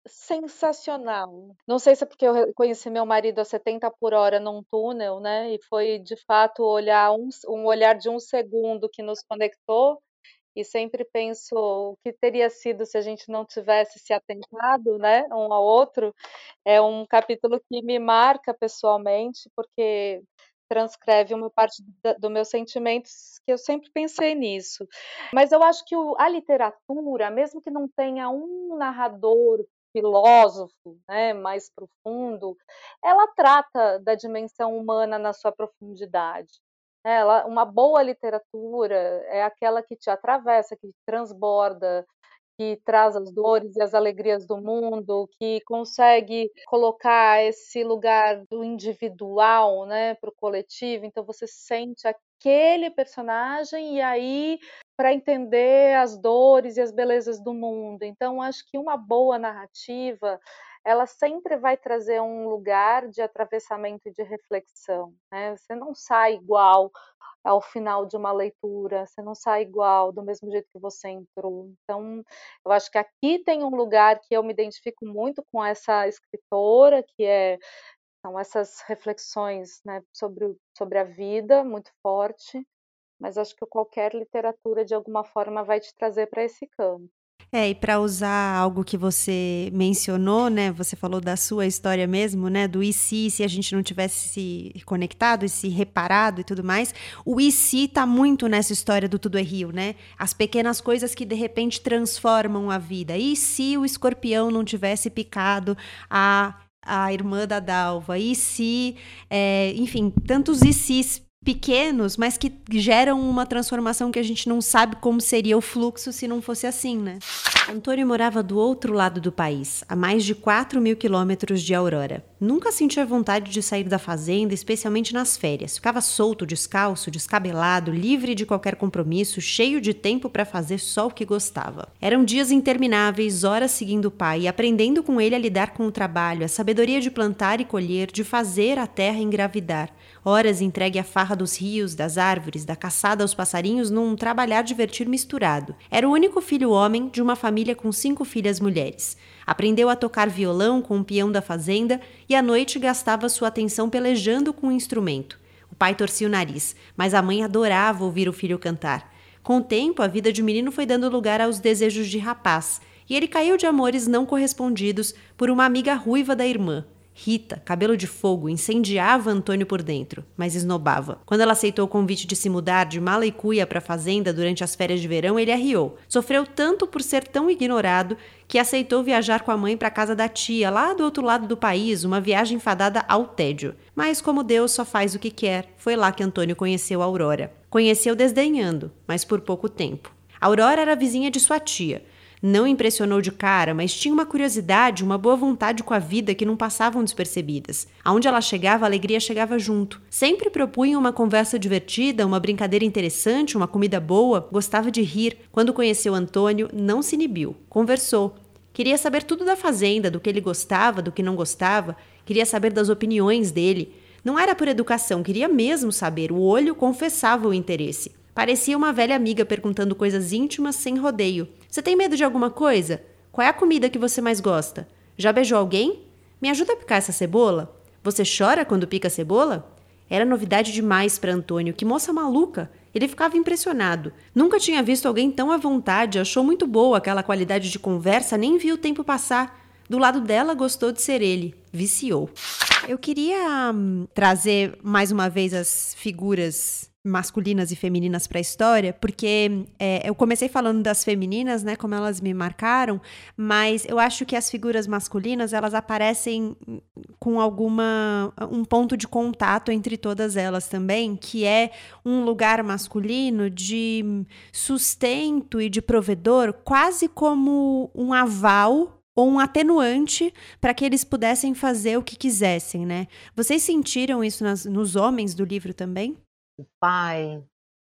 sensacional. Não sei se é porque eu conheci meu marido a setenta por hora num túnel, né? E foi de fato olhar um, um olhar de um segundo que nos conectou. E sempre penso o que teria sido se a gente não tivesse se atentado, né, um ao outro. É um capítulo que me marca pessoalmente, porque transcreve uma parte dos do meus sentimentos que eu sempre pensei nisso. Mas eu acho que o, a literatura, mesmo que não tenha um narrador filósofo, né, mais profundo, ela trata da dimensão humana na sua profundidade. Ela, uma boa literatura é aquela que te atravessa, que transborda, que traz as dores e as alegrias do mundo, que consegue colocar esse lugar do individual, né, para o coletivo. Então você sente aquele personagem e aí para entender as dores e as belezas do mundo. Então acho que uma boa narrativa ela sempre vai trazer um lugar de atravessamento e de reflexão, né? Você não sai igual ao final de uma leitura, você não sai igual, do mesmo jeito que você entrou. Então, eu acho que aqui tem um lugar que eu me identifico muito com essa escritora, que é, são essas reflexões, né, sobre, sobre a vida, muito forte, mas acho que qualquer literatura, de alguma forma, vai te trazer para esse campo. É, e para usar algo que você mencionou, né? Você falou da sua história mesmo, né? Do e se, se a gente não tivesse se conectado e se reparado e tudo mais. O e se tá muito nessa história do Tudo é Rio, né? As pequenas coisas que de repente transformam a vida. E se o escorpião não tivesse picado a, a irmã da Dalva? E se, é, enfim, tantos e se's pequenos, mas que geram uma transformação que a gente não sabe como seria o fluxo se não fosse assim, né? Antônio morava do outro lado do país, a mais de quatro mil quilômetros de Aurora. Nunca sentia vontade de sair da fazenda, especialmente nas férias. Ficava solto, descalço, descabelado, livre de qualquer compromisso, cheio de tempo para fazer só o que gostava. Eram dias intermináveis, horas seguindo o pai e aprendendo com ele a lidar com o trabalho, a sabedoria de plantar e colher, de fazer a terra engravidar. Horas entregue à farra dos rios, das árvores, da caçada aos passarinhos num trabalhar divertir misturado. Era o único filho homem de uma família com cinco filhas mulheres. Aprendeu a tocar violão com um peão da fazenda e à noite gastava sua atenção pelejando com o instrumento. O pai torcia o nariz, mas a mãe adorava ouvir o filho cantar. Com o tempo, a vida de menino foi dando lugar aos desejos de rapaz, e ele caiu de amores não correspondidos por uma amiga ruiva da irmã. Rita, cabelo de fogo, incendiava Antônio por dentro, mas esnobava. Quando ela aceitou o convite de se mudar de mala e cuia para a fazenda durante as férias de verão, ele arriou. Sofreu tanto por ser tão ignorado que aceitou viajar com a mãe para a casa da tia, lá do outro lado do país, uma viagem fadada ao tédio. Mas como Deus só faz o que quer, foi lá que Antônio conheceu a Aurora. Conheceu desdenhando, mas por pouco tempo. A Aurora era vizinha de sua tia. Não impressionou de cara, mas tinha uma curiosidade, uma boa vontade com a vida que não passavam despercebidas. Aonde ela chegava, a alegria chegava junto. Sempre propunha uma conversa divertida, uma brincadeira interessante, uma comida boa. Gostava de rir. Quando conheceu Antônio, não se inibiu. Conversou. Queria saber tudo da fazenda, do que ele gostava, do que não gostava. Queria saber das opiniões dele. Não era por educação, queria mesmo saber. O olho confessava o interesse. Parecia uma velha amiga perguntando coisas íntimas sem rodeio. Você tem medo de alguma coisa? Qual é a comida que você mais gosta? Já beijou alguém? Me ajuda a picar essa cebola? Você chora quando pica a cebola? Era novidade demais para Antônio. Que moça maluca! Ele ficava impressionado. Nunca tinha visto alguém tão à vontade, achou muito boa aquela qualidade de conversa, nem viu o tempo passar. Do lado dela, gostou de ser ele. Viciou. Eu queria hum, trazer mais uma vez as figuras masculinas e femininas para a história, porque é, eu comecei falando das femininas, né, como elas me marcaram, mas eu acho que as figuras masculinas, elas aparecem com alguma, um ponto de contato entre todas elas também, que é um lugar masculino de sustento e de provedor, quase como um aval ou um atenuante para que eles pudessem fazer o que quisessem, né? Vocês sentiram isso nas, nos homens do livro também? O pai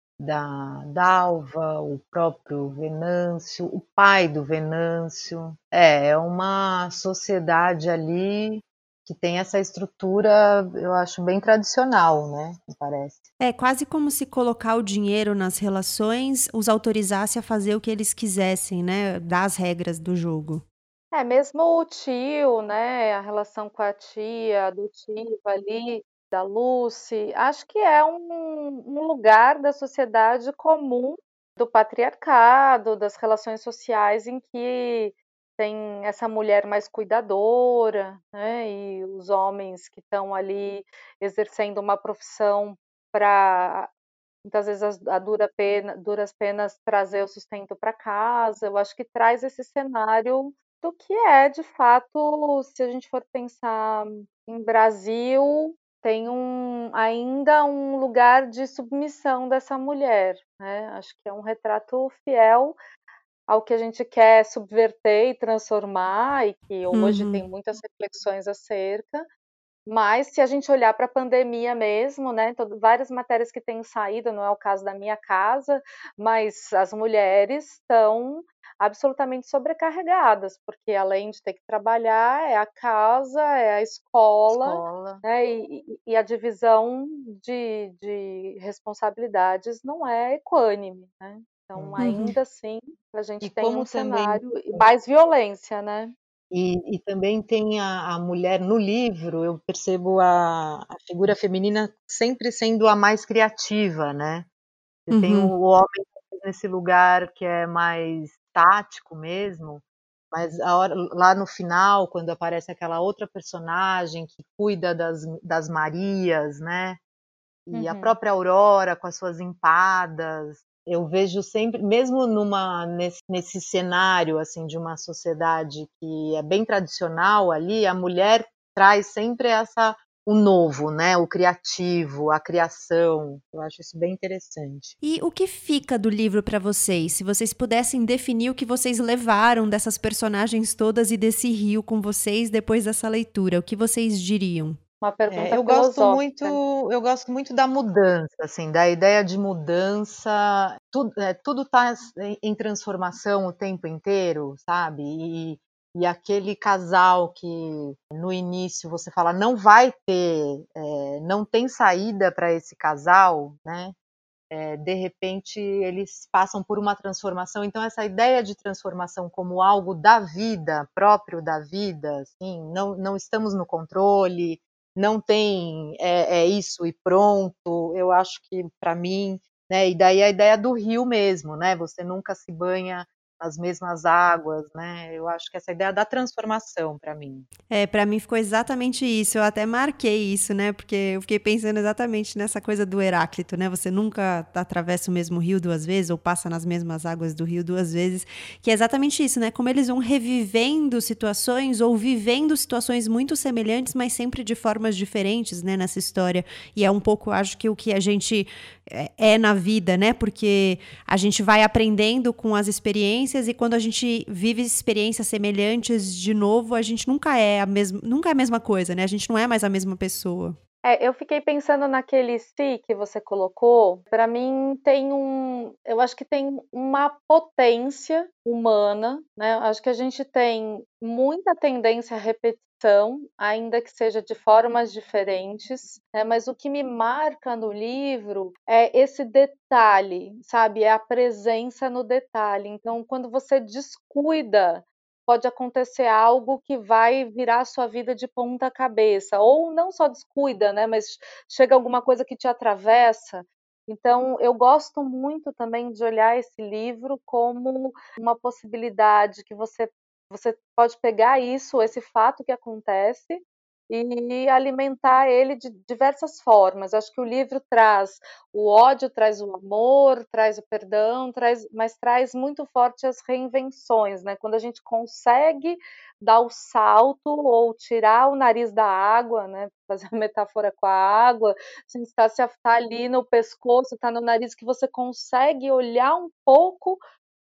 da Dalva, o próprio Venâncio, o pai do Venâncio. É, é uma sociedade ali que tem essa estrutura, eu acho, bem tradicional, né? Me parece. É quase como se colocar o dinheiro nas relações os autorizasse a fazer o que eles quisessem, né? Dar as regras do jogo. É, mesmo o tio, né? A relação com a tia adotiva ali, da Lucy, acho que é um, um lugar da sociedade comum do patriarcado, das relações sociais em que tem essa mulher mais cuidadora, né? E os homens que estão ali exercendo uma profissão para muitas vezes a dura pena, duras penas trazer o sustento para casa. Eu acho que traz esse cenário do que é, de fato, se a gente for pensar em Brasil, tem um, ainda um lugar de submissão dessa mulher, né? Acho que é um retrato fiel ao que a gente quer subverter e transformar, e que hoje Uhum. tem muitas reflexões acerca, Mas se a gente olhar para a pandemia mesmo, né, todo, várias matérias que têm saído, não é o caso da minha casa, mas as mulheres estão absolutamente sobrecarregadas, porque além de ter que trabalhar, é a casa, é a escola, Escola. né, e, e a divisão de, de responsabilidades não é equânime, né? Então, Uhum. ainda assim, a gente E tem como um também cenário e mais violência, né? E, e também tem a, a mulher no livro, eu percebo a, a figura feminina sempre sendo a mais criativa, né? Você tem o, Uhum. o homem nesse lugar que é mais tático mesmo, mas a hora, lá no final, quando aparece aquela outra personagem que cuida das, das Marias, né? E a Uhum. própria Aurora com as suas empadas, eu vejo sempre, mesmo numa, nesse, nesse cenário assim de uma sociedade que é bem tradicional ali, a mulher traz sempre essa, o novo, né? O criativo, a criação. Eu acho isso bem interessante. E o que fica do livro para vocês? Se vocês pudessem definir o que vocês levaram dessas personagens todas e desse rio com vocês depois dessa leitura, o que vocês diriam? Uma pergunta É, eu gosto filosófica. muito, eu gosto muito da mudança, assim, da ideia de mudança. Tudo é, tudo está em, em transformação o tempo inteiro, sabe? E, e aquele casal que no início você fala não vai ter, é, não tem saída para esse casal, né? É, de repente eles passam por uma transformação. Então essa ideia de transformação como algo da vida, próprio da vida, assim, não, não estamos no controle. Não tem é, é isso e pronto, eu acho que para mim, né, e daí a ideia do rio mesmo, né, você nunca se banha nas mesmas águas, né, eu acho que essa ideia da transformação para mim. É, para mim ficou exatamente isso, eu até marquei isso, né, porque eu fiquei pensando exatamente nessa coisa do Heráclito, né, você nunca atravessa o mesmo rio duas vezes ou passa nas mesmas águas do rio duas vezes, que é exatamente isso, né, como eles vão revivendo situações ou vivendo situações muito semelhantes, mas sempre de formas diferentes, né, nessa história, e é um pouco, acho que o que a gente é, é na vida, né, porque a gente vai aprendendo com as experiências e quando a gente vive experiências semelhantes de novo, a gente nunca é a mesma, nunca é a mesma coisa, né? A gente não é mais a mesma pessoa. É, eu fiquei pensando naquele si que você colocou. Para mim tem um, eu acho que tem uma potência humana, né? Acho que a gente tem muita tendência à repetição, ainda que seja de formas diferentes, né? Mas o que me marca no livro é esse detalhe, sabe? É a presença no detalhe. Então, quando você descuida, pode acontecer algo que vai virar a sua vida de ponta cabeça, ou não só descuida, né, mas chega alguma coisa que te atravessa. Então, eu gosto muito também de olhar esse livro como uma possibilidade que você, você pode pegar isso, esse fato que acontece, e alimentar ele de diversas formas. Acho que o livro traz o ódio, traz o amor, traz o perdão, traz, mas traz muito forte as reinvenções, né? Quando a gente consegue dar o salto ou tirar o nariz da água, né? Fazer a metáfora com a água, assim, está se tá ali no pescoço, está no nariz, que você consegue olhar um pouco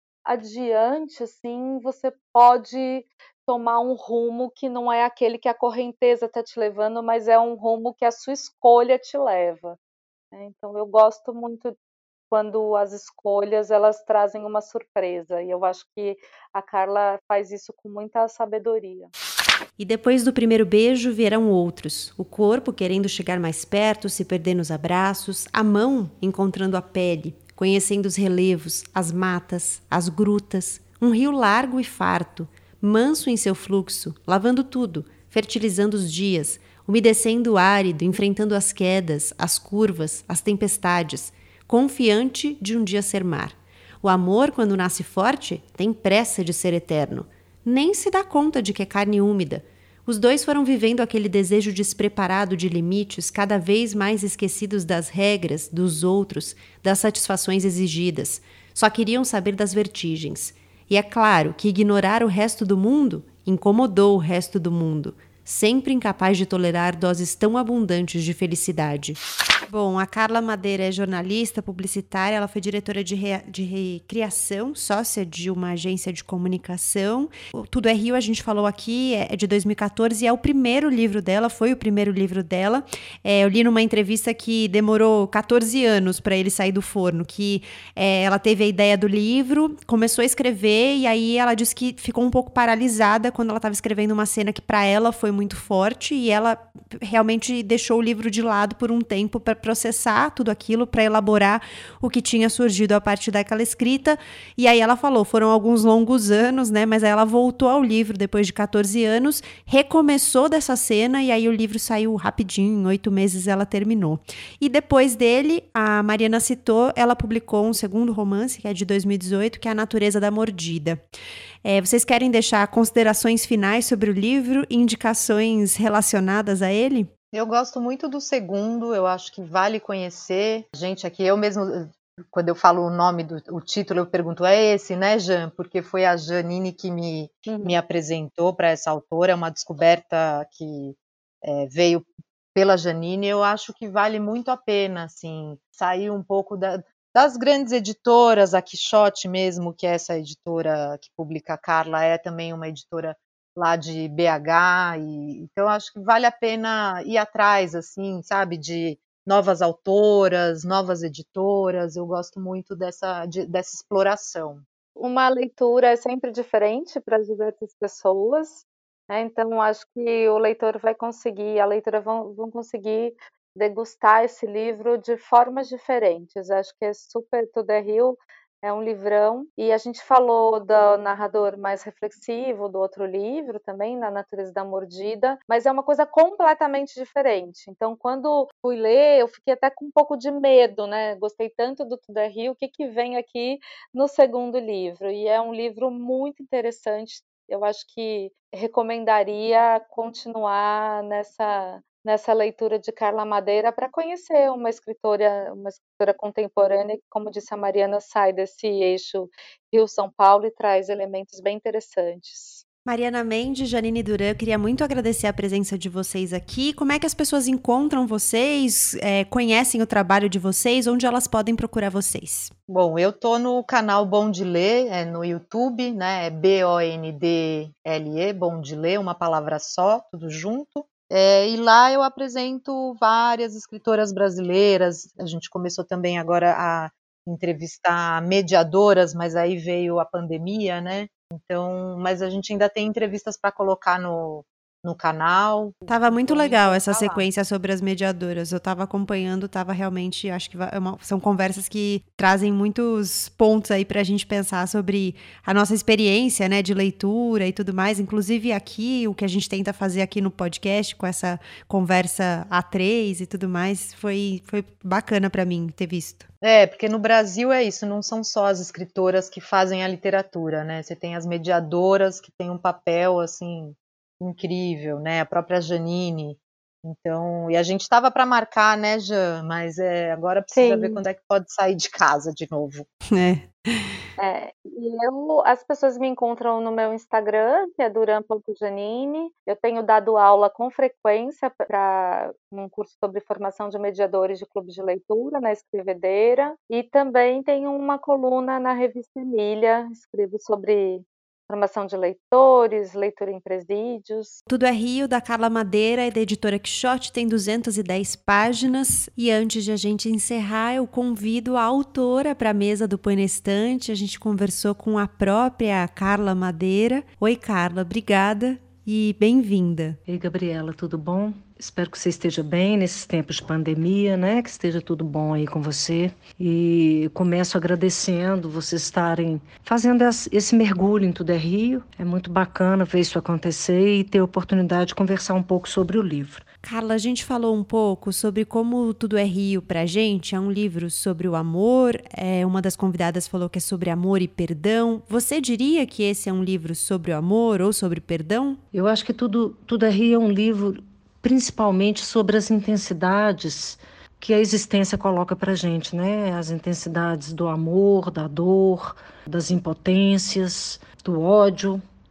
adiante, assim, você pode tomar um rumo que não é aquele que a correnteza está te levando, mas é um rumo que a sua escolha te leva. Né? Então, eu gosto muito quando as escolhas elas trazem uma surpresa, e eu acho que a Carla faz isso com muita sabedoria. E depois do primeiro beijo vieram outros, o corpo querendo chegar mais perto, se perder nos abraços, a mão encontrando a pele, conhecendo os relevos, as matas, as grutas, um rio largo e farto, manso em seu fluxo, lavando tudo, fertilizando os dias, umedecendo o árido, enfrentando as quedas, as curvas, as tempestades, confiante de um dia ser mar. O amor, quando nasce forte, tem pressa de ser eterno. Nem se dá conta de que é carne úmida. Os dois foram vivendo aquele desejo despreparado de limites, cada vez mais esquecidos das regras, dos outros, das satisfações exigidas. Só queriam saber das vertigens. E é claro que ignorar o resto do mundo incomodou o resto do mundo. sempre incapaz de tolerar doses tão abundantes de felicidade. Bom, a Carla Madeira é jornalista, publicitária, ela foi diretora de, re... de recriação, sócia de uma agência de comunicação. O Tudo é Rio, a gente falou aqui, é de dois mil e catorze e é o primeiro livro dela, foi o primeiro livro dela. É, eu li numa entrevista que demorou catorze anos para ele sair do forno, que é, ela teve a ideia do livro, começou a escrever e aí ela disse que ficou um pouco paralisada quando ela estava escrevendo uma cena que para ela foi muito forte e ela realmente deixou o livro de lado por um tempo para processar tudo aquilo, para elaborar o que tinha surgido a partir daquela escrita. E aí ela falou, foram alguns longos anos, né? Mas aí ela voltou ao livro depois de catorze anos, recomeçou dessa cena e aí o livro saiu rapidinho, em oito meses ela terminou. E depois dele, a Mariana citou, ela publicou um segundo romance, que é de dois mil e dezoito, que é A Natureza da Mordida. É, vocês querem deixar considerações finais sobre o livro, indicações relacionadas a ele? Eu gosto muito do segundo, eu acho que vale conhecer. Gente, aqui eu mesmo, quando eu falo o nome do o título, eu pergunto, é esse, né, Jan? Porque foi a Janine que me, uhum. me apresentou para essa autora, é uma descoberta que é, veio pela Janine. Eu acho que vale muito a pena, assim, sair um pouco da, das grandes editoras, a Quixote mesmo, que é essa editora que publica a Carla, é também uma editora lá de B H, e, então acho que vale a pena ir atrás, assim, sabe, de novas autoras, novas editoras. Eu gosto muito dessa, de, dessa exploração. Uma leitura é sempre diferente para diversas pessoas, né? Então acho que o leitor vai conseguir, a leitora vão, vão conseguir degustar esse livro de formas diferentes. Acho que é super, Tudo é Rio, é um livrão, e a gente falou do narrador mais reflexivo do outro livro também, Na Natureza da Mordida, mas é uma coisa completamente diferente. Então, quando fui ler, eu fiquei até com um pouco de medo, né? Gostei tanto do Tudo é Rio, o que que vem aqui no segundo livro? E é um livro muito interessante. Eu acho que recomendaria continuar nessa nessa leitura de Carla Madeira para conhecer uma escritora, uma escritora contemporânea que, como disse a Mariana, sai desse eixo Rio-São Paulo e traz elementos bem interessantes. Mariana Mendes, Janine Duran, eu queria muito agradecer a presença de vocês aqui. Como é que as pessoas encontram vocês, é, conhecem o trabalho de vocês, onde elas podem procurar vocês? Bom, eu tô no canal Bom de Ler, é no YouTube, né, é B O N D L E, Bom de Ler, uma palavra só, tudo junto. É, e lá eu apresento várias escritoras brasileiras. A gente começou também agora a entrevistar mediadoras, mas aí veio a pandemia, né? Então, mas a gente ainda tem entrevistas para colocar no, no canal. Tava muito legal essa sequência sobre as mediadoras. Eu tava acompanhando, tava realmente, acho que é uma, são conversas que trazem muitos pontos aí pra gente pensar sobre a nossa experiência, né, de leitura e tudo mais. Inclusive aqui, o que a gente tenta fazer aqui no podcast, com essa conversa A três e tudo mais, foi, foi bacana pra mim ter visto. É, porque no Brasil é isso, não são só as escritoras que fazem a literatura, né? Você tem as mediadoras que têm um papel, assim, incrível, né? A própria Janine. Então, e a gente estava para marcar, né, Jan? Mas é, agora precisa Sim. ver quando é que pode sair de casa de novo. É. É, e eu, as pessoas me encontram no meu Instagram, que é duran ponto janine. Eu tenho dado aula com frequência para um curso sobre formação de mediadores de clube de leitura na Escrevedeira, e também tenho uma coluna na revista Emília, escrevo sobre formação de leitores, leitura em presídios. Tudo é Rio, da Carla Madeira, é da editora Quixote, tem duzentas e dez páginas. E antes de a gente encerrar, eu convido a autora para a mesa do Põe na Estante. A gente conversou com a própria Carla Madeira. Oi, Carla, obrigada e bem-vinda. Ei, Gabriela, tudo bom? Espero que você esteja bem nesses tempos de pandemia, né? Que esteja tudo bom aí com você. E começo agradecendo vocês estarem fazendo esse mergulho em Tudo é Rio. É muito bacana ver isso acontecer e ter a oportunidade de conversar um pouco sobre o livro. Carla, a gente falou um pouco sobre como Tudo é Rio pra gente é um livro sobre o amor. É, uma das convidadas falou que é sobre amor e perdão. Você diria que esse é um livro sobre o amor ou sobre perdão? Eu acho que Tudo, Tudo é Rio é um livro principalmente sobre as intensidades que a existência coloca pra gente, né? As intensidades do amor, da dor, das impotências, do ódio.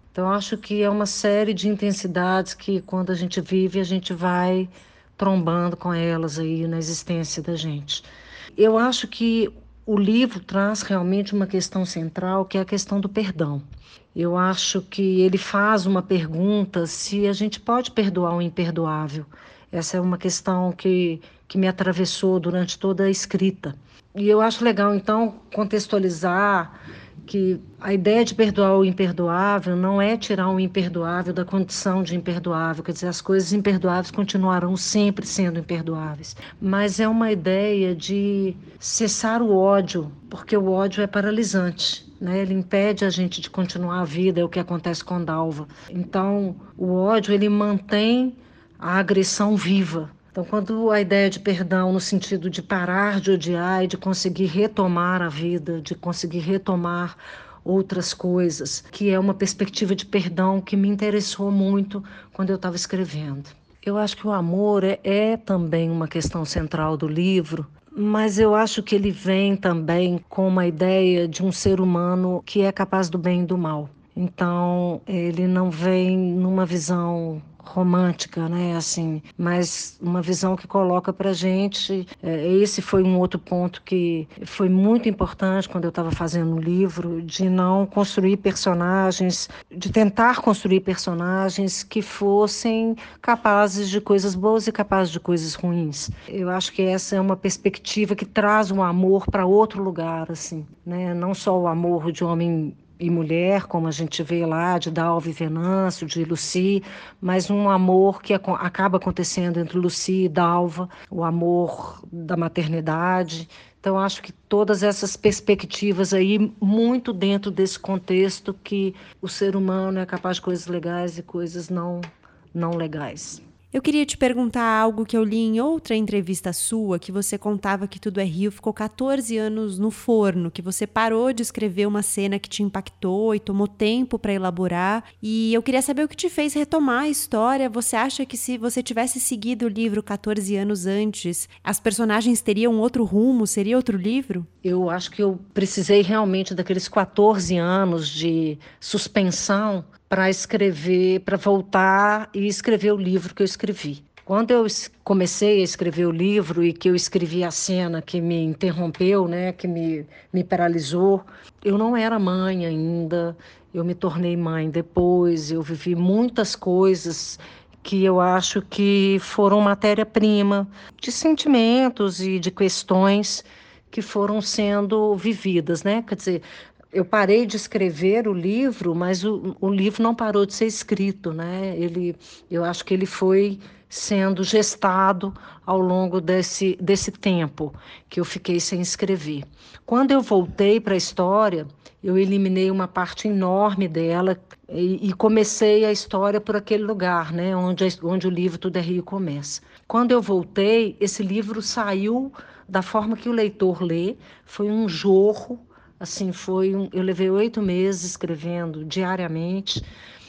Então, acho que é uma série de intensidades que, quando a gente vive, a gente vai trombando com elas aí na existência da gente. Eu acho que o livro traz realmente uma questão central, que é a questão do perdão. Eu acho que ele faz uma pergunta se a gente pode perdoar o imperdoável. Essa é uma questão que, que me atravessou durante toda a escrita. E eu acho legal, então, contextualizar que a ideia de perdoar o imperdoável não é tirar o imperdoável da condição de imperdoável, quer dizer, as coisas imperdoáveis continuarão sempre sendo imperdoáveis, mas é uma ideia de cessar o ódio, porque o ódio é paralisante, né? Ele impede a gente de continuar a vida, é o que acontece com Dalva. Então, o ódio, ele mantém a agressão viva. Então, quando a ideia de perdão no sentido de parar de odiar e de conseguir retomar a vida, de conseguir retomar outras coisas, que é uma perspectiva de perdão que me interessou muito quando eu estava escrevendo. Eu acho que o amor é, é também uma questão central do livro, mas eu acho que ele vem também com uma ideia de um ser humano que é capaz do bem e do mal. Então, ele não vem numa visão romântica, né, assim, mas uma visão que coloca pra gente, é, esse foi um outro ponto que foi muito importante quando eu estava fazendo o livro, de não construir personagens, de tentar construir personagens que fossem capazes de coisas boas e capazes de coisas ruins. Eu acho que essa é uma perspectiva que traz um amor para outro lugar, assim, né, não só o amor de homem e mulher, como a gente vê lá, de Dalva e Venâncio, de Lucy, mas um amor que acaba acontecendo entre Lucy e Dalva, o amor da maternidade. Então, acho que todas essas perspectivas aí, muito dentro desse contexto que o ser humano é capaz de coisas legais e coisas não, não legais. Eu queria te perguntar algo que eu li em outra entrevista sua, que você contava que Tudo é Rio ficou quatorze anos no forno, que você parou de escrever uma cena que te impactou e tomou tempo para elaborar. E eu queria saber o que te fez retomar a história. Você acha que se você tivesse seguido o livro quatorze anos antes, as personagens teriam outro rumo? Seria outro livro? Eu acho que eu precisei realmente daqueles quatorze anos de suspensão para escrever, para voltar e escrever o livro que eu escrevi. Quando eu comecei a escrever o livro e que eu escrevi a cena que me interrompeu, né, que me, me paralisou, eu não era mãe ainda, eu me tornei mãe depois, eu vivi muitas coisas que eu acho que foram matéria-prima de sentimentos e de questões que foram sendo vividas, né? Quer dizer, eu parei de escrever o livro, mas o, o livro não parou de ser escrito, né? Ele, eu acho que ele foi sendo gestado ao longo desse, desse tempo que eu fiquei sem escrever. Quando eu voltei para a história, eu eliminei uma parte enorme dela e, e comecei a história por aquele lugar, né? Onde, onde o livro Tudo é Rio começa. Quando eu voltei, esse livro saiu da forma que o leitor lê, foi um jorro. Assim, foi um, eu levei oito meses escrevendo diariamente,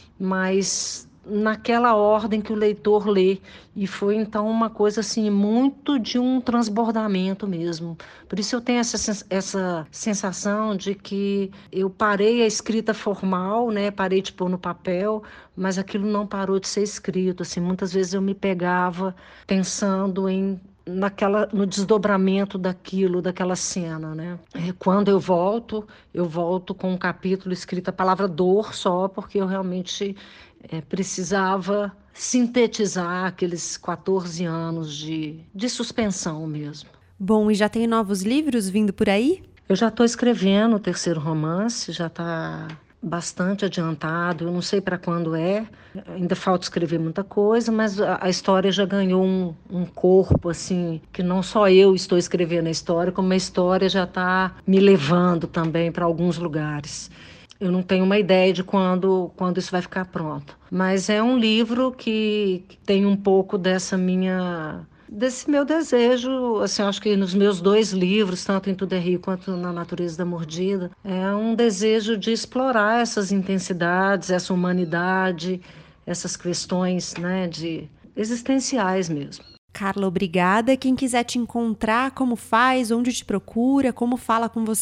mas naquela ordem que o leitor lê. E foi, então, uma coisa assim, muito de um transbordamento mesmo. Por isso eu tenho essa, essa sensação de que eu parei a escrita formal, né? Parei de pôr no papel, mas aquilo não parou de ser escrito. Assim, muitas vezes eu me pegava pensando em naquela, no desdobramento daquilo, daquela cena, né? Quando eu volto, eu volto com um capítulo escrito a palavra dor só, porque eu realmente é, precisava sintetizar aqueles quatorze anos de, de suspensão mesmo. Bom, e já tem novos livros vindo por aí? Eu já estou escrevendo o terceiro romance, já está bastante adiantado, eu não sei para quando é, ainda falta escrever muita coisa, mas a, a história já ganhou um, um corpo, assim, que não só eu estou escrevendo a história, como a história já está me levando também para alguns lugares. Eu não tenho uma ideia de quando, quando isso vai ficar pronto, mas é um livro que, que tem um pouco dessa minha... desse meu desejo, assim, acho que nos meus dois livros, tanto em Tudo é Rio quanto na Natureza da Mordida, é um desejo de explorar essas intensidades, essa humanidade, essas questões, né, de existenciais mesmo. Carla, obrigada. Quem quiser te encontrar, como faz, onde te procura, como fala com você?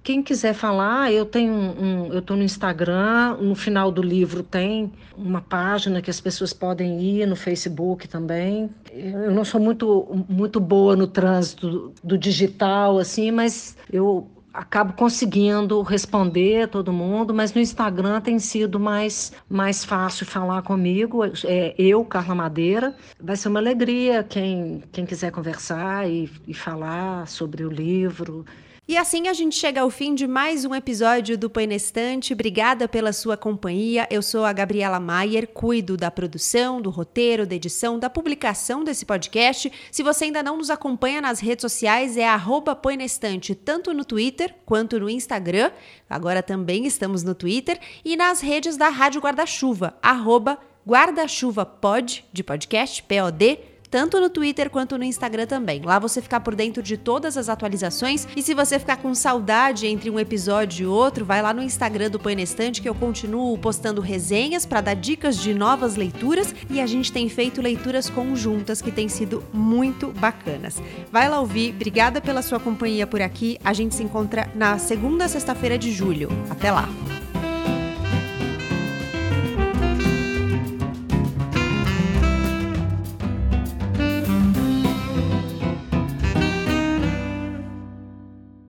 Quem quiser falar, eu tenho um, um eu estou no Instagram, no final do livro tem uma página que as pessoas podem ir, no Facebook também. Eu não sou muito, muito boa no trânsito do digital, assim, mas eu acabo conseguindo responder todo mundo, mas no Instagram tem sido mais, mais fácil falar comigo. É, eu, Carla Madeira, vai ser uma alegria quem, quem quiser conversar e, e falar sobre o livro. E assim a gente chega ao fim de mais um episódio do Põe na Estante. Obrigada pela sua companhia. Eu sou a Gabriela Maier, cuido da produção, do roteiro, da edição, da publicação desse podcast. Se você ainda não nos acompanha nas redes sociais, é arroba Põe na Estante, tanto no Twitter quanto no Instagram. Agora também estamos no Twitter e nas redes da Rádio Guarda-Chuva, arroba Guarda-Chuva Pod, de podcast, P O D, tanto no Twitter quanto no Instagram também. Lá você fica por dentro de todas as atualizações e se você ficar com saudade entre um episódio e outro, vai lá no Instagram do Põe na Estante que eu continuo postando resenhas para dar dicas de novas leituras e a gente tem feito leituras conjuntas que têm sido muito bacanas. Vai lá ouvir, obrigada pela sua companhia por aqui, a gente se encontra na segunda sexta-feira de julho. Até lá!